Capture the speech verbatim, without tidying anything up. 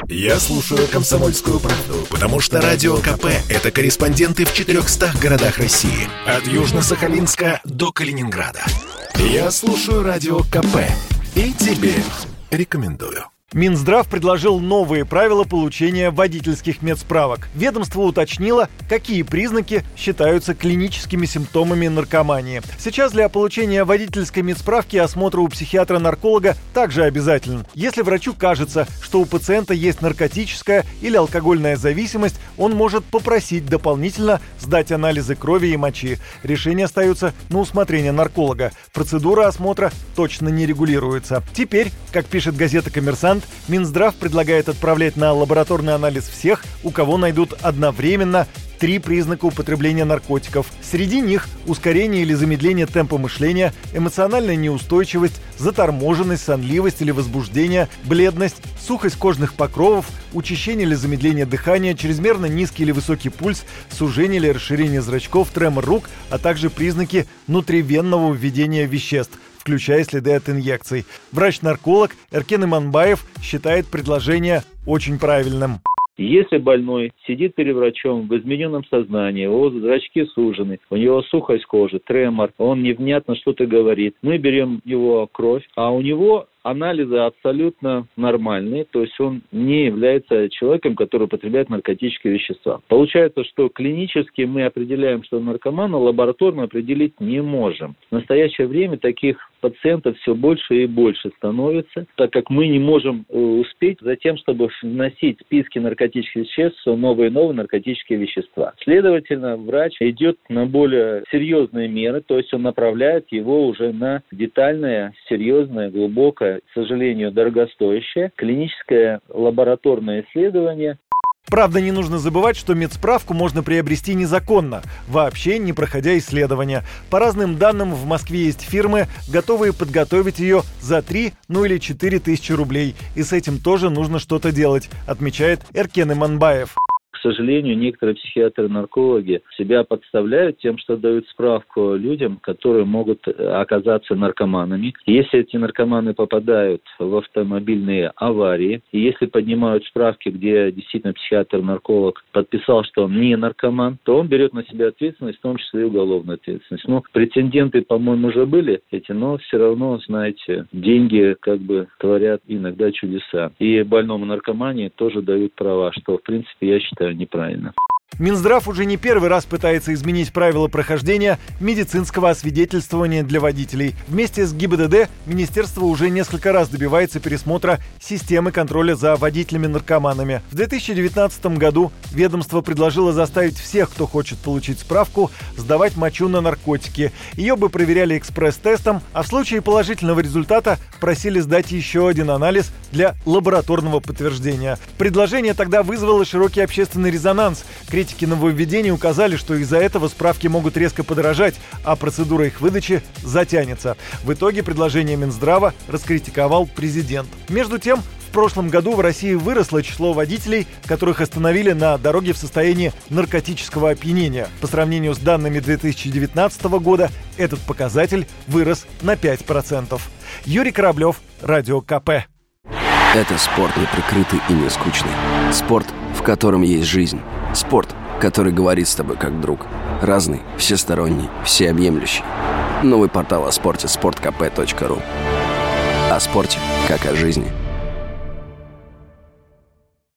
Я слушаю «Комсомольскую правду», потому что Радио КП – это корреспонденты в четырехстах городах России. От Южно-Сахалинска до Калининграда. Я слушаю Радио КП и тебе рекомендую. Минздрав предложил новые правила получения водительских медсправок. Ведомство уточнило, какие признаки считаются клиническими симптомами наркомании. Сейчас для получения водительской медсправки осмотр у психиатра-нарколога также обязателен. Если врачу кажется, что у пациента есть наркотическая или алкогольная зависимость, он может попросить дополнительно сдать анализы крови и мочи. Решение остается на усмотрение нарколога. Процедура осмотра точно не регулируется. Теперь, как пишет газета «Коммерсант», Минздрав предлагает отправлять на лабораторный анализ всех, у кого найдут одновременно три признака употребления наркотиков. Среди них ускорение или замедление темпа мышления, эмоциональная неустойчивость, заторможенность, сонливость или возбуждение, бледность, сухость кожных покровов, учащение или замедление дыхания, чрезмерно низкий или высокий пульс, сужение или расширение зрачков, тремор рук, а также признаки внутривенного введения веществ, включая следы от инъекций. Врач-нарколог Эркен Иманбаев считает предложение очень правильным. Если больной сидит перед врачом в измененном сознании, его зрачки сужены, у него сухость кожи, тремор, он невнятно что-то говорит, мы берем его кровь, а у него анализы абсолютно нормальные, то есть он не является человеком, который употребляет наркотические вещества. Получается, что клинически мы определяем, что он наркоман, но лабораторно определить не можем. В настоящее время таких пациентов все больше и больше становится, так как мы не можем успеть за тем, чтобы вносить в списки наркотических веществ новые и новые наркотические вещества. Следовательно, врач идет на более серьезные меры, то есть он направляет его уже на детальное, серьезное, глубокое, к сожалению, дорогостоящее клиническое лабораторное исследование. Правда, не нужно забывать, что медсправку можно приобрести незаконно, вообще не проходя исследования. По разным данным, в Москве есть фирмы, готовые подготовить ее за три, ну или четыре тысячи рублей. И с этим тоже нужно что-то делать, отмечает Эркен Иманбаев. К сожалению, некоторые психиатры-наркологи себя подставляют тем, что дают справку людям, которые могут оказаться наркоманами. Если эти наркоманы попадают в автомобильные аварии, и если поднимают справки, где действительно психиатр-нарколог подписал, что он не наркоман, то он берет на себя ответственность, в том числе и уголовную ответственность. Ну, прецеденты, по-моему, уже были эти, но все равно, знаете, деньги как бы творят иногда чудеса. И больному наркомании тоже дают права, что, в принципе, я считаю, неправильно. Минздрав уже не первый раз пытается изменить правила прохождения медицинского освидетельствования для водителей. Вместе с ГИБДД министерство уже несколько раз добивается пересмотра системы контроля за водителями-наркоманами. В две тысячи девятнадцатом году ведомство предложило заставить всех, кто хочет получить справку, сдавать мочу на наркотики. Ее бы проверяли экспресс-тестом, а в случае положительного результата просили сдать еще один анализ для лабораторного подтверждения. Предложение тогда вызвало широкий общественный резонанс. Критики нововведений указали, что из-за этого справки могут резко подорожать, а процедура их выдачи затянется. В итоге предложение Минздрава раскритиковал президент. Между тем, в прошлом году в России выросло число водителей, которых остановили на дороге в состоянии наркотического опьянения. По сравнению с данными две тысячи девятнадцатого года этот показатель вырос на пять процентов. Юрий Кораблев, Радио КП. Это спорт неприкрытый и не скучный. Спорт, в котором есть жизнь. Спорт, который говорит с тобой как друг. Разный, всесторонний, всеобъемлющий. Новый портал о спорте – спорт кэ пэ точка ру. О спорте, как о жизни.